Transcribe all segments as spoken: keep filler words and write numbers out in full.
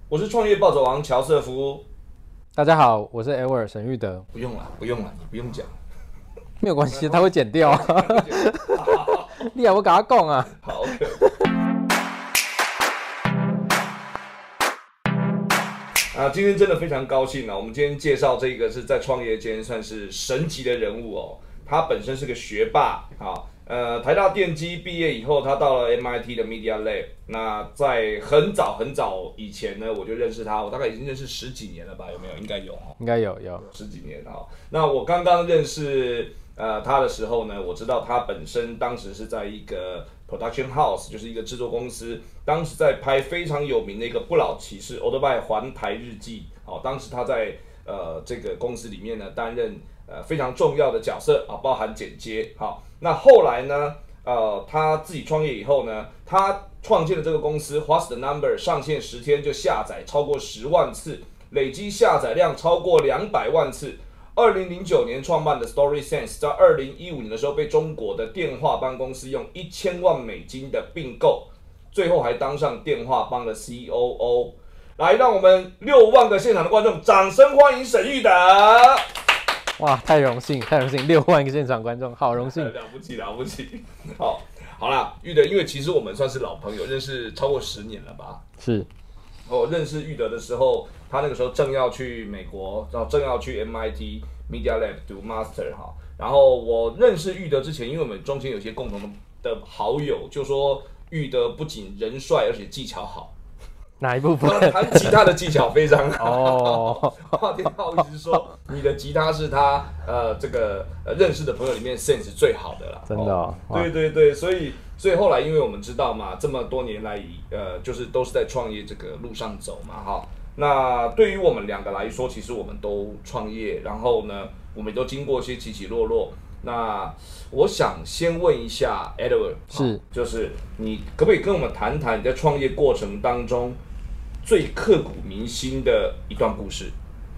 我是创业暴走王乔瑟夫。 大家好，我是 Edward 沈玉德。 不用了，不用了，你不用讲， 没有关系，他会剪掉。你也我跟他讲啊。 好 ，OK。啊，今天真的非常高兴啊！我们今天介绍这个是在创业间算是神级的人物哦。他本身是个学霸，好，呃，台大电机毕业以后，他到了 M I T 的 Media Lab。那在很早很早以前呢，我就认识他，我大概已经认识十几年了吧？有没有？应该有哈， 应该有有十几年哈。那我刚刚认识呃他的时候呢，我知道他本身当时是在一个 production house， 就是一个制作公司，当时在拍非常有名的一个不老骑士《欧德拜环台日记》。好，当时他在呃这个公司里面呢担任呃非常重要的角色啊，包含剪接。好，那后来呢，呃他自己创业以后呢，他创建的这个公司 What's the Number 上线十天就下载超过十万次，累积下载量超过两百万次。二零零九年创办的 StorySense 在二零一五年的时候被中国的电话帮公司用一千万美金的并购，最后还当上电话帮的 C O O。来，让我们六万个现场的观众掌声欢迎沈玉德。 哇，太荣幸，太荣幸，六万个现场观众，好荣幸， 了不起，了不起。好，好啦，玉德，因为其实我们算是老朋友，认识超过十年了吧？ 是。 我认识玉德的时候，他那个时候正要去美国，然后正要去 M I T Media Lab 读 Master 哈。然后我认识玉德之前，因为我们中间有一些共同的好友，就说玉德不仅人帅，而且技巧好。 哪一部分？ 弹吉他的技巧非常好。 哦， 话电话意思是说，你的吉他是他呃这个呃认识的朋友里面 sense 最好的啦。 真的、哦哦？对对对，所以所以后来因为我们知道嘛，这么多年来以呃就是都是在创业这个路上走嘛哈。那对于我们两个来说，其实我们都创业，然后呢，我们都经过一些起起落落。那我想先问一下 Edward， 是、 哦，就是你可不可以跟我们谈谈你在创业过程当中最刻骨铭心的一段故事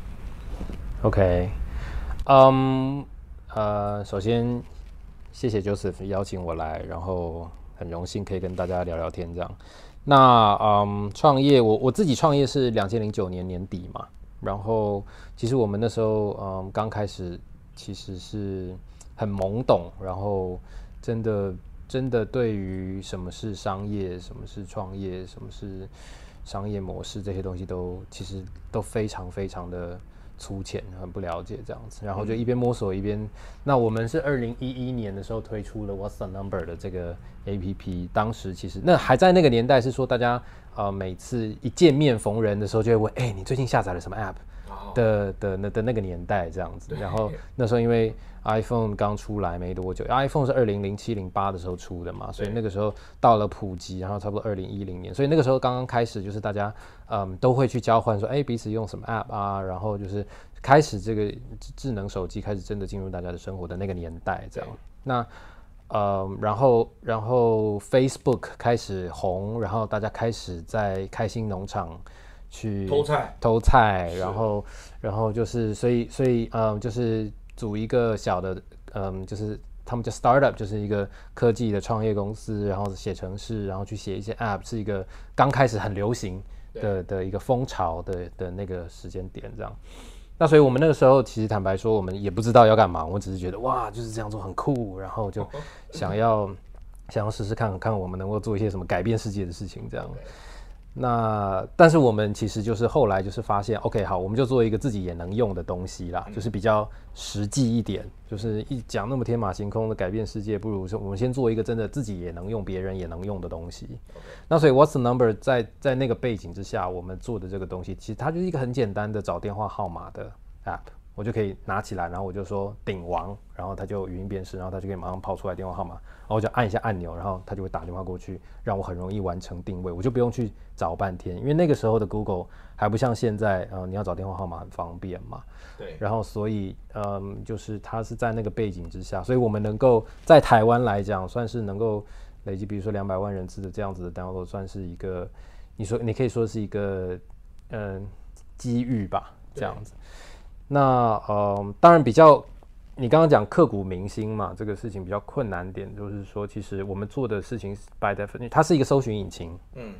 ？OK， 嗯、um, 呃，首先谢谢 Joseph 邀请我来，然后很荣幸可以跟大家聊聊天这样。那嗯，创业我我自己创业是两千零九年年底嘛，然后其实我们那时候嗯刚开始其实是很懵懂，然后真的真的对于什么是商业，什么是创业，什么是商业模式这些东西都其实都非常非常的粗浅，很不了解这样子，然后就一边摸索一边。那我们是二零一一年的时候推出了 What's the Number 的这个 A P P， 当时其实那还在那个年代是说大家呃每次一见面逢人的时候就会问，哎、欸，你最近下载了什么 App 的的的的那个年代这样子。然后那时候因为 iPhone 刚出来没多久 ，iPhone 是二零零七零八的时候出的嘛，所以那个时候到了普及，然后差不多二零一零年，所以那个时候刚刚开始，就是大家嗯都会去交换说，哎、欸，彼此用什么 App 啊，然后就是开始这个智能手机开始真的进入大家的生活的那个年代，这样。那呃，然后然后 Facebook 开始红，然后大家开始在开心农场去偷菜偷菜，然后然后就是所以所以嗯就是组一个小的嗯就是他们叫 startup， 就是一个科技的创业公司，然后写程式，然后去写一些 app， 是一个刚开始很流行的的一个风潮的的那个时间点这样。那所以我们那个时候其实坦白说我们也不知道要干嘛，我只是觉得哇就是这样做很酷，然后就想要想要试试看看我们能够做一些什么改变世界的事情这样。那但是我们其实就是后来就是发现 OK 好，我们就做一个自己也能用的东西啦，就是比较实际一点，就是一讲那么天马行空的改变世界，不如说我们先做一个真的自己也能用别人也能用的东西。那所以 What's the Number 在在那个背景之下我们做的这个东西，其实它就是一个很简单的找电话号码的 App， 我就可以拿起来，然后我就说顶王，然后它就语音辨识，然后它就可以马上跑出来电话号码，然后我就按一下按钮，然后它就会打电话过去，让我很容易完成定位，我就不用去找半天，因为那个时候的 Google 还不像现在，呃，你要找电话号码很方便嘛。 对。然后所以，嗯，就是它是在那个背景之下，所以我们能够在台湾来讲，算是能够累积，比如说两百万人次的这样子的 download， 算是一个，你说你可以说是一个，嗯，机遇吧，这样子。那呃，当然比较，你刚刚讲刻骨铭心嘛，这个事情比较困难点，就是说，其实我们做的事情 by definition， 它是一个搜寻引擎，嗯，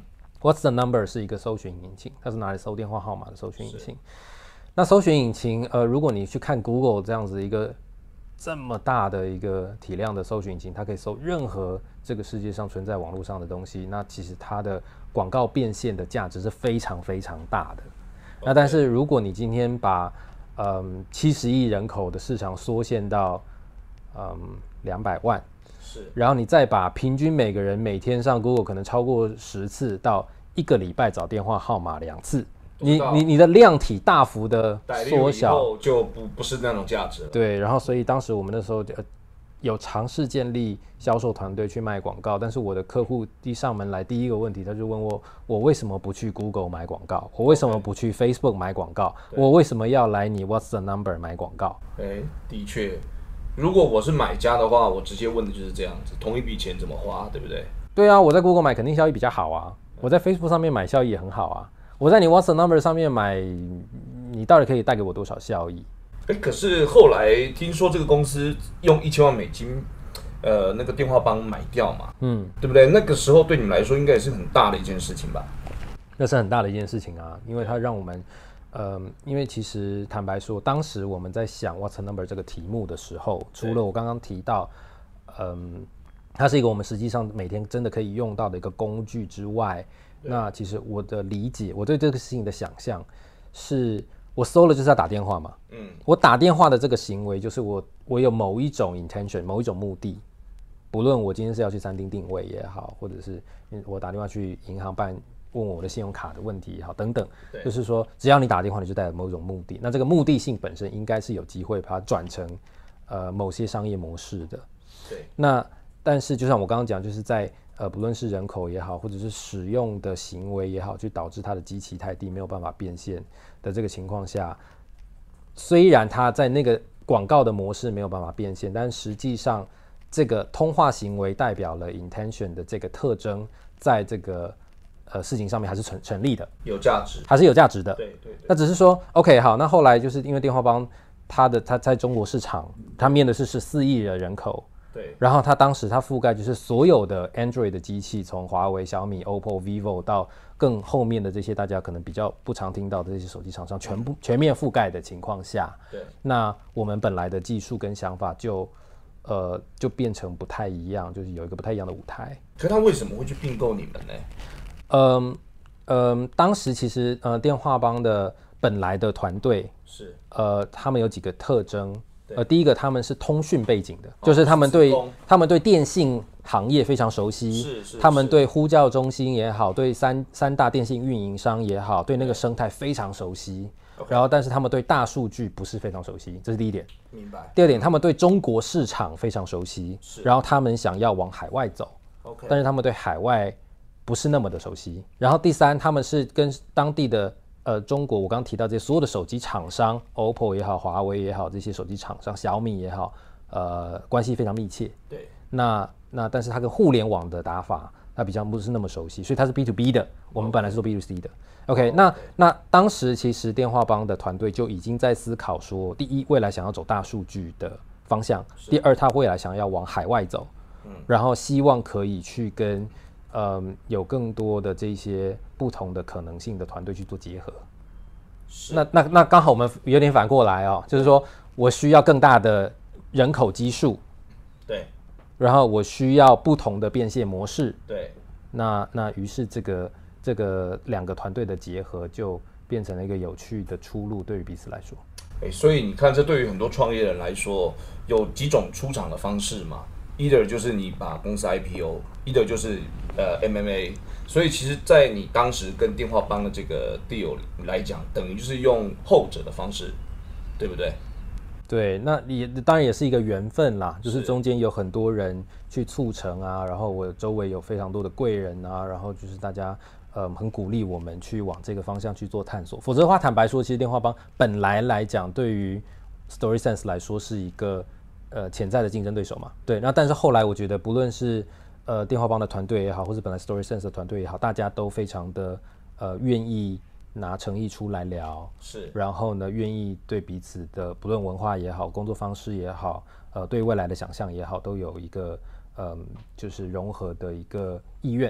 What's the number 是一个搜寻引擎，它是拿来搜电话号码的搜寻引擎。那搜寻引擎，呃，如果你去看 Google 这样子一个这么大的一个体量的搜寻引擎，它可以搜任何这个世界上存在网络上的东西，那其实它的广告变现的价值是非常非常大的。Okay. 那但是如果你今天把嗯七十亿人口的市场缩限到嗯两百万，是，然后你再把平均每个人每天上 Google 可能超过十次到一个礼拜找电话号码两次。你你你的量体大幅的缩小， 就不不是那种价值了。 对，然后所以当时我们那时候呃有尝试建立销售团队去卖广告，但是我的客户一上门来第一个问题，他就问我，我为什么不去 Google 买广告？我为什么不去 Facebook 买广告？我为什么要来你 What's the number 买广告？ 哎，的确，如果我是买家的话，我直接问的就是这样子，同一笔钱怎么花，对不对？ 对啊，我在 Google 买肯定效益比较好啊，我在 Facebook 上面买效益也很好啊。我在你 What's the number 上面买，你到底可以带给我多少效益？ 哎，可是后来听说这个公司用一千万美金，呃，那个电话帮买掉嘛，嗯，对不对？那个时候对你们来说应该也是很大的一件事情吧？ 那是很大的一件事情啊，因为它让我们，呃，因为其实坦白说，当时我们在想 What's the number 这个题目的时候，除了我刚刚提到，嗯，它是一个我们实际上每天真的可以用到的一个工具之外。那其实我的理解，我对这个事情的想象是，我搜了就是要打电话嘛，嗯，我打电话的这个行为就是我我有某一种 intention， 某一种目的，不论我今天是要去餐厅订位也好，或者是我打电话去银行办问我的信用卡的问题也好，等等，就是说只要你打电话，你就带有某种目的，那这个目的性本身应该是有机会把它转成呃某些商业模式的，对，那但是就像我刚刚讲，就是在呃，不论是人口也好，或者是使用的行为也好，去导致它的基期太低，没有办法变现的这个情况下，虽然它在那个广告的模式没有办法变现，但实际上这个通话行为代表了 intention 的这个特征，在这个呃事情上面还是成成立的， 有价值， 还是有价值的。 对对对。 那只是说 ，OK， 好，那后来就是因为电话帮它的它在中国市场，它面的是十四亿的人口。对，然后它当时它覆盖就是所有的 Android 的机器，从华为、小米、O P P O、vivo 到更后面的这些大家可能比较不常听到的这些手机厂商，全部全面覆盖的情况下，对，那我们本来的技术跟想法就呃就变成不太一样，就是有一个不太一样的舞台。 可他为什么会去并购你们呢？ 嗯嗯，当时其实呃电话帮的本来的团队是呃他们有几个特征。呃，第一个他们是通讯背景的，哦、就是他们对他们对电信行业非常熟悉，是是他们对呼叫中心也好，对三三大电信运营商也好，对那个生态非常熟悉。然后，但是他们对大数据不是非常熟悉，这是第一点。 明白。 第二点，他们对中国市场非常熟悉，然后他们想要往海外走， okay. 但是他们对海外不是那么的熟悉。然后第三，他们是跟当地的。呃，中国我刚刚提到这些所有的手机厂商 ，O P P O 也好，华为也好，这些手机厂商，小米也好，呃，关系非常密切。对。那那但是它跟互联网的打法，它比较不是那么熟悉，所以它是 B to B 的，我们本来是做 B to C 的。OK，, okay. 那那当时其实电话帮的团队就已经在思考说，第一，未来想要走大数据的方向；第二，他未来想要往海外走，嗯，然后希望可以去跟。嗯，有更多的这些不同的可能性的团队去做结合。那那那刚好我们有点反过来哦，就是说我需要更大的人口基数，对，然后我需要不同的变现模式，对，那那于是这个这个两个团队的结合就变成了一个有趣的出路，对于彼此来说。 欸、所以你看，这对于很多创业人来说，有几种出场的方式嘛。either 就是你把公司 I P O，either 就是呃 M M A， 所以其实，在你当时跟电话帮的这个 deal 来讲，等于就是用后者的方式，对不对？ 对，那也当然也是一个缘分啦，就是中间有很多人去促成啊，然后我周围有非常多的贵人啊，然后就是大家呃很鼓励我们去往这个方向去做探索。否则的话，坦白说，其实电话帮本来来讲，对于 StorySense 来说是一个。呃，潜在的竞争对手嘛，对，那但是后来我觉得，不论是呃电话帮的团队也好，或是本来 StorySense 的团队也好，大家都非常的呃愿意拿诚意出来聊，是，然后呢，愿意对彼此的不论文化也好，工作方式也好，呃，对未来的想象也好，都有一个嗯、呃，就是融合的一个意愿。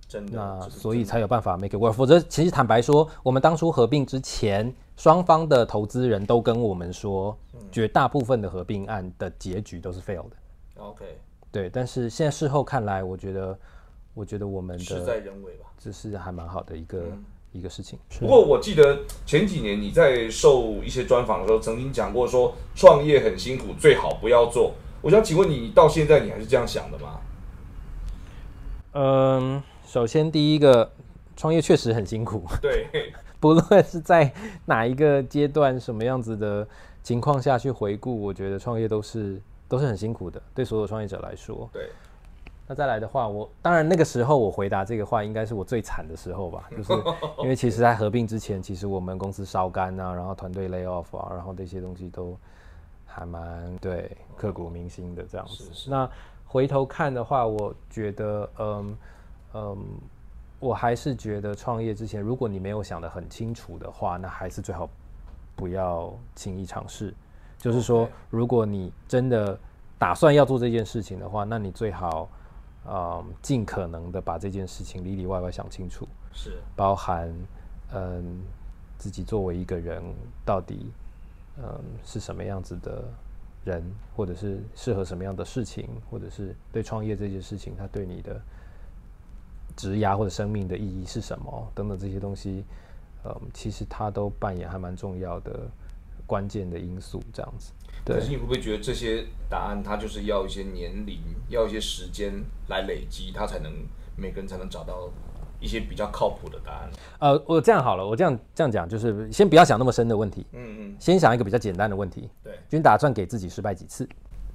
真的， 那这是所以才有办法 make it work。否则，其实坦白说，我们当初合并之前，双方的投资人都跟我们说，嗯、绝大部分的合并案的结局都是 fail 的。 OK， 对，但是现在事后看来，我觉得，我觉得我们的事在人为吧， 这是还蛮好的一个、嗯、一个事情。 不过我记得前几年你在受一些专访的时候，曾经讲过说，创业很辛苦，最好不要做。我想请问你，到现在你还是这样想的吗？ 嗯。首先，第一个，创业确实很辛苦。 对， 不论是在哪一个阶段、什么样子的情况下去回顾，我觉得创业都是都是很辛苦的，对所有创业者来说。 对。 那再来的话，我当然那个时候我回答这个话，应该是我最惨的时候吧，就是因为其实在合并之前，其实我们公司烧干啊，然后团队 lay off 啊，然后这些东西都还蛮对刻骨铭心的这样子。是是，那回头看的话，我觉得，嗯。嗯，我还是觉得创业之前，如果你没有想得很清楚的话，那还是最好不要轻易尝试。就是说， okay. 如果你真的打算要做这件事情的话，那你最好，嗯，尽可能的把这件事情里里外外想清楚， 是包含，嗯，自己作为一个人到底，嗯，是什么样子的人，或者是适合什么样的事情，或者是对创业这件事情，它对你的职涯或者生命的意义是什么等等这些东西，嗯，其实它都扮演还蛮重要的关键的因素，这样子。对。 可是你会不会觉得这些答案它就是要一些年龄，要一些时间来累积，它才能每个人才能找到一些比较靠谱的答案？ 呃，我这样好了，我这样这样讲，就是先不要想那么深的问题， 嗯嗯， 先想一个比较简单的问题。 对， 就你打算给自己失败几次？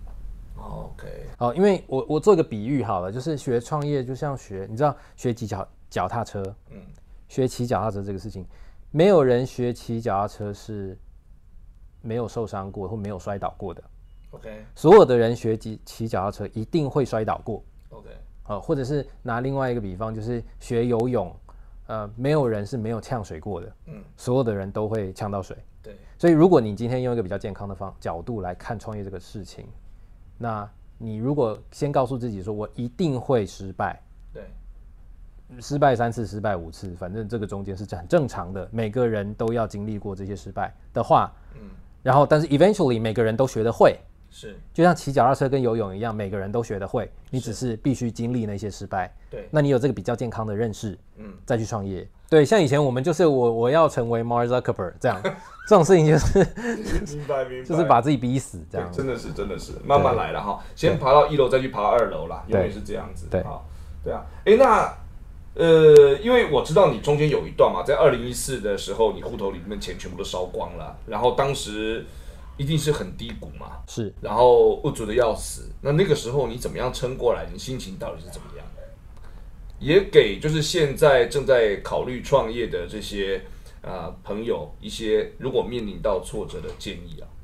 OK， 哦，因为我我做一个比喻好了，就是学创业就像学，你知道学骑脚脚踏车，嗯，学骑脚踏车这个事情，没有人学骑脚踏车是没有受伤过或没有摔倒过的。 OK， 所有的人学骑骑脚踏车一定会摔倒过。 OK， 呃，或者是拿另外一个比方，就是学游泳，呃，没有人是没有呛水过的，嗯，所有的人都会呛到水。 对， 所以如果你今天用一个比较健康的方角度来看创业这个事情，那你如果先告诉自己说我一定会失败， 对， 失败三次，失败五次，反正这个中间是很正常的，每个人都要经历过这些失败的话，嗯，然后但是 eventually 每个人都学得会， 是， 就像骑脚踏车跟游泳一样，每个人都学得会，你只是必须经历那些失败， 对， 那你有这个比较健康的认识，嗯，再去创业。对，像以前我们就是我我要成为 Mark Zuckerberg 这样，这种事情就是明白明白， 就是把自己逼死这样， 真的是真的是慢慢来了哈，先爬到一楼再去爬二楼啦，永远是这样子， 对， 好，对啊，哎那呃，因为我知道你中间有一段嘛，在二零一四的时候，你户头里面钱全部都烧光了，然后当时一定是很低谷嘛， 是， 然后不足的要死，那那个时候你怎么样撑过来？你心情到底是怎么样？也给就是现在正在考虑创业的这些呃朋友一些如果面临到挫折的建议啊。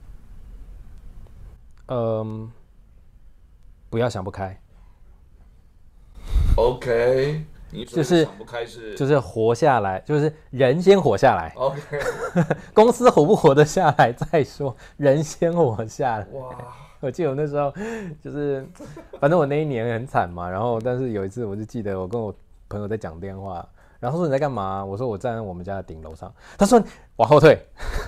嗯，不要想不开。 OK， 你就是想不开是就是活下来，就是人先活下来。 OK， 公司活不活得下来再说，人先活下来。 哇！ 我记得我那时候就是，反正我那一年很惨嘛，然后但是有一次我就记得我跟我朋友在讲电话，然后说你在干嘛？我说我站在我们家的顶楼上，他说往后退，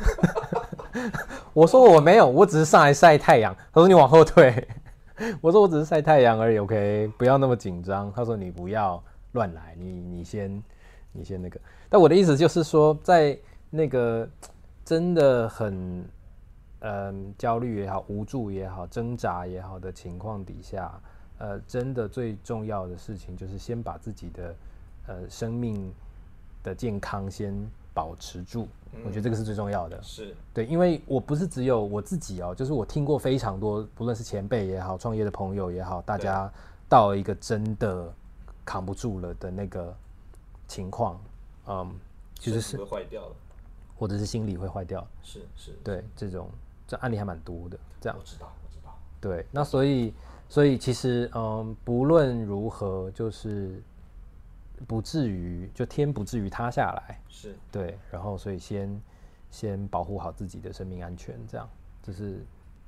我说我没有，我只是上来晒太阳。他说你往后退，我说我只是晒太阳而已 ，OK， 不要那么紧张。他说你不要乱来，你你先你先那个。但我的意思就是说，在那个真的很。嗯，焦虑也好，无助也好，挣扎也好的情况底下，呃，真的最重要的事情就是先把自己的呃生命的健康先保持住，嗯、我觉得这个是最重要的。 是对，因为我不是只有我自己哦，就是我听过非常多，不论是前辈也好，创业的朋友也好，大家到了一个真的扛不住了的那个情况，嗯，其实是会坏掉了， 或者是心理会坏掉， 是是， 对这种。这案例还蛮多的，这样我知道，我知道。 对，那所以，所以其实，嗯，不论如何，就是不至于就天不至于塌下来， 是对。然后，所以先先保护好自己的生命安全，这样，这是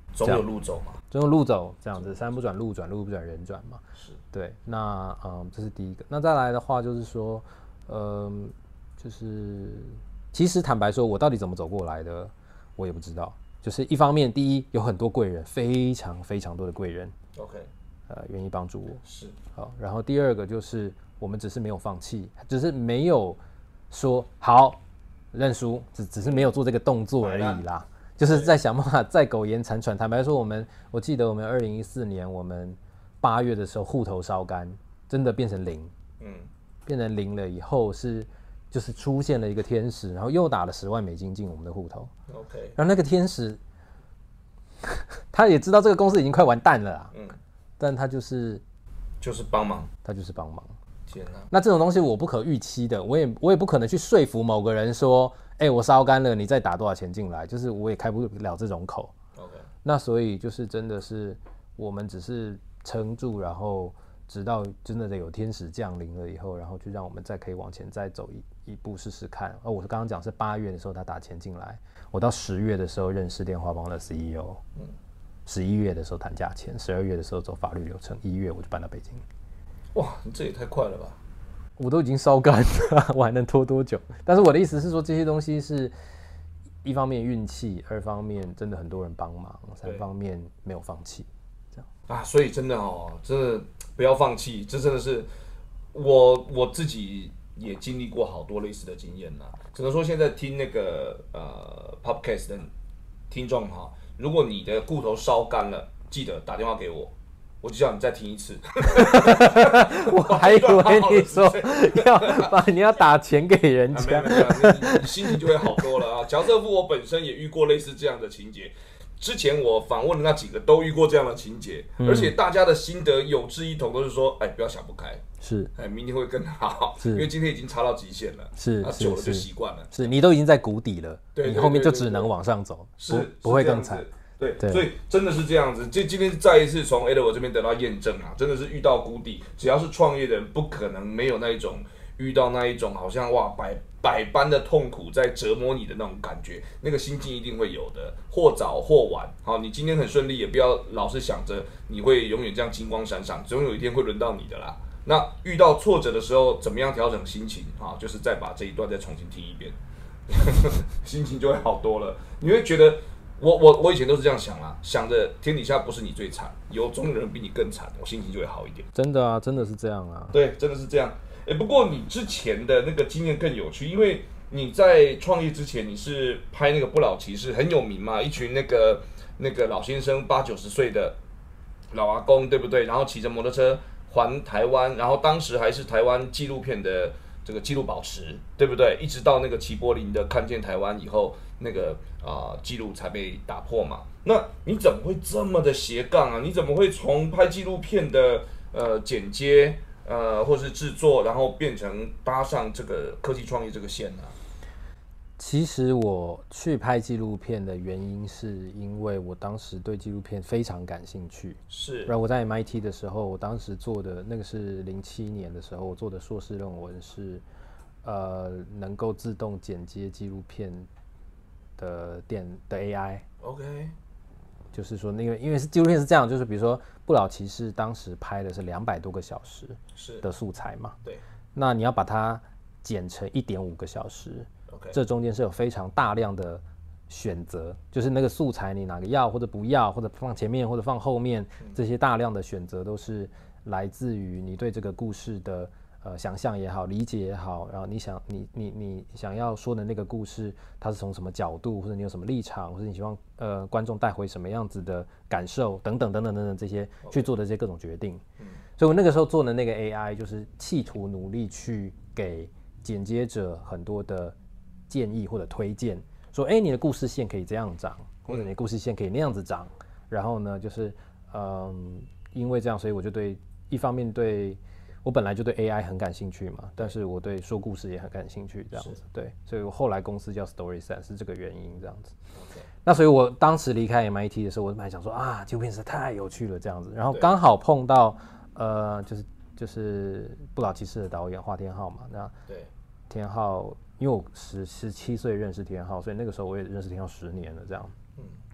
总有路走嘛， 总有路走这样子，山不转路转，路不转人转嘛。 是， 对。那嗯，这是第一个。那再来的话就是说，嗯，就是其实坦白说，我到底怎么走过来的，我也不知道。就是一方面，第一有很多贵人，非常非常多的贵人 ，OK， 呃，愿意帮助我。 是， 好。然后第二个就是我们只是没有放弃，只是没有说好认输，只只是没有做这个动作而已啦。就是在想办法再苟延残喘。坦白说，我们我记得我们二零一四年我们八月的时候户头烧干，真的变成零，嗯，变成零了以后是就是出现了一个天使，然后又打了十万美金进我们的户头 ，OK， 然后那个天使他也知道这个公司已经快完蛋了啦，嗯，但他就是就是帮忙， 他就是帮忙。 天哪， 那这种东西我不可预期的，我也我也不可能去说服某个人说。哎、欸，我烧干了，你再打多少钱进来？就是我也开不了这种口。 OK， 那所以就是真的是我们只是撑住，然后直到真的有天使降临了以后，然后就让我们再可以往前再走一一步试试看。哦，我刚刚讲是八月的时候他打钱进来，我到十月的时候认识电话帮的 C E O， 嗯，十一月的时候谈价钱，十二月的时候走法律流程，一月我就搬到北京。 哇，你这也太快了吧！ 我都已经烧干了，我还能拖多久？但是我的意思是说，这些东西是一方面运气，二方面真的很多人帮忙，三方面没有放弃，这样啊，所以真的哦，真的不要放弃，这真的是我我自己也经历过好多类似的经验呐。只能说现在听那个呃 podcast 的听众哈，如果你的骨头烧干了，记得打电话给我。我就叫你再听一次， 我还以为你说要把你要打钱给人家， 啊、没有没有，你, 你心情就会好多了啊。乔瑟夫，我本身也遇过类似这样的情节，之前我访问的那几个都遇过这样的情节，嗯、而且大家的心得有志一同，都是说，哎，不要想不开， 是， 哎，明天会更好，因为今天已经差到极限了， 是， 那久了就习惯了， 是你都已经在谷底了， 对， 你后面就只能往上走， 是不会更惨。 对，对，所以真的是这样子。就今天再一次从 Edward 这边得到验证啊，真的是遇到谷底，只要是创业的人，不可能没有那一种遇到那一种好像哇百百般的痛苦在折磨你的那种感觉，那个心境一定会有的，或早或晚。好，你今天很顺利，也不要老是想着你会永远这样金光闪闪，总有一天会轮到你的啦。那遇到挫折的时候，怎么样调整心情啊？就是再把这一段再重新听一遍，心情就会好多了。你会觉得。我我我以前都是这样想啦，想着天底下不是你最惨，有总有人比你更惨，我心情就会好一点。 真的啊，真的是这样啊。 对，真的是这样。哎，不过你之前的那个经验更有趣，因为你在创业之前，你是拍那个《不老骑士》很有名嘛，一群那个那个老先生八九十岁的老阿公，对不对？然后骑着摩托车环台湾，然后当时还是台湾纪录片的这个纪录保持，对不对？一直到那个齐柏林的看见台湾以后。那个啊、呃、记录才被打破嘛？那你怎么会这么的斜杠啊？你怎么会从拍纪录片的呃剪接呃或是制作，然后变成搭上这个科技创业这个线呢、啊？ 其实我去拍纪录片的原因，是因为我当时对纪录片非常感兴趣。 是。 然后我在 M I T 的时候，我当时做的那个是零七年的时候，我做的硕士论文是呃能够自动剪接纪录片。的电的 A I，OK， 就是说那个因为是纪录片是这样，就是比如说《不老骑士》当时拍的是两百多个小时的素材嘛， 对， 那你要把它剪成一点五个小时 ，OK， 这中间是有非常大量的选择，就是那个素材你哪个要或者不要，或者放前面或者放后面，嗯、这些大量的选择都是来自于你对这个故事的。呃，想象也好，理解也好，然后你想你你你想要说的那个故事，它是从什么角度，或者你有什么立场，或者你希望呃观众带回什么样子的感受，等等等等等等这些去做的这些各种决定。嗯、所以我那个时候做的那个 A I， 就是企图努力去给剪接者很多的建议或者推荐，说，哎，你的故事线可以这样长，或者你的故事线可以那样子长。然后呢，就是嗯，因为这样，所以我就对一方面对。我本来就对 A I 很感兴趣嘛，但是我对说故事也很感兴趣，这样子，对，所以我后来公司叫 StorySet 是这个原因，这样子。Okay. 那所以我当时离开 M I T 的时候，我本来想说啊，纪录片实在太有趣了，这样子，然后刚好碰到呃，就是就是不老骑士的导演华天浩嘛，那对天浩，因为我十十七岁认识天浩，所以那个时候我也认识天浩十年了，这样。嗯，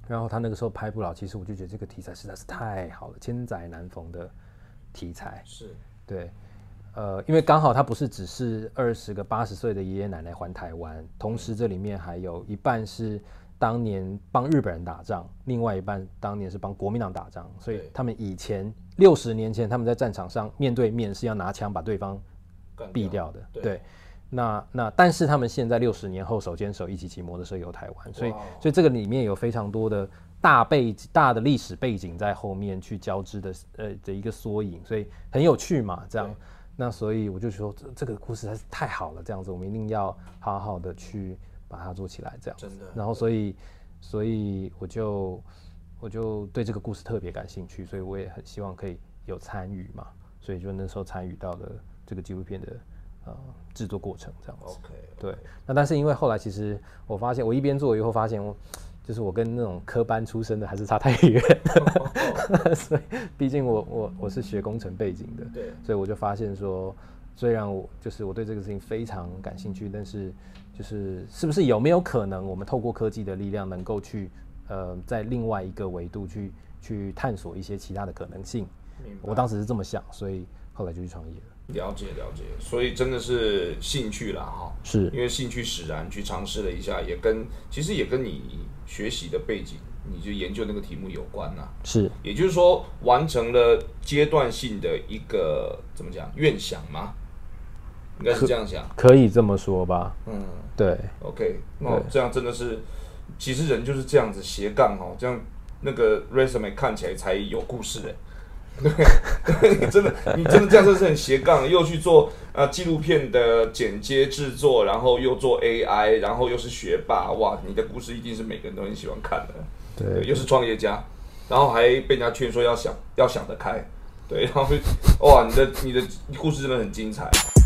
然后他那个时候拍不老，其实我就觉得这个题材实在是太好了，千载难逢的题材。 是， 对，呃，因为刚好他不是只是二十个八十岁的爷爷奶奶还台湾，同时这里面还有一半是当年帮日本人打仗，另外一半当年是帮国民党打仗，所以他们以前六十年前他们在战场上面对面是要拿枪把对方毙掉的，对。对，那那但是他们现在六十年后手牵手一起骑摩托车游台湾，所以所以这个里面有非常多的大背大的历史背景在后面去交织的呃的一个缩影，所以很有趣嘛，这样。那所以我就说这这个故事还是太好了，这样子我们一定要好好的去把它做起来，这样。 真的。 然后所以所以我就我就对这个故事特别感兴趣，所以我也很希望可以有参与嘛，所以就那时候参与到了这个纪录片的呃制作过程这样子。 OK。 对。那但是因为后来其实我发现，我一边做以后发现我。就是我跟那种科班出身的还是差太远了，所以毕竟我我我是学工程背景的， 对， 所以我就发现说，虽然我就是我对这个事情非常感兴趣，但是就是是不是有没有可能我们透过科技的力量能够去呃在另外一个维度去去探索一些其他的可能性？我当时是这么想，所以后来就去创业了。 了解了解，所以真的是兴趣啦哈， 是因为兴趣使然去尝试了一下，也跟其实也跟你学习的背景，你就研究那个题目有关呐、啊。 是， 也就是说完成了阶段性的一个怎么讲愿想吗？应该是这样想， 可以这么说吧。嗯，对。 OK， 那这样真的是，其实人就是这样子斜杠哦，这样那个 resume 看起来才有故事哎。对，你真的，你真的这样真的是很斜杠，又去做呃纪录片的剪接制作，然后又做 A I， 然后又是学霸，哇，你的故事一定是每个人都很喜欢看的。 对， 又是创业家，然后还被人家劝说要想要想得开，对，然后哇，你的你的故事真的很精彩，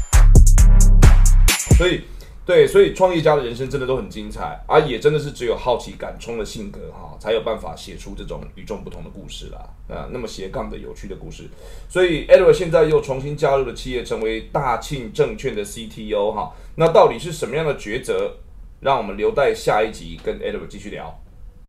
所以。对，所以创业家的人生真的都很精彩，而、啊、也真的是只有好奇感冲的性格哈，才有办法写出这种与众不同的故事啦。啊，那么斜杠的有趣的故事。所以 Edward 现在又重新加入了企业，成为大庆证券的 C T O 哈。那到底是什么样的抉择？让我们留待下一集跟 Edward 继续聊。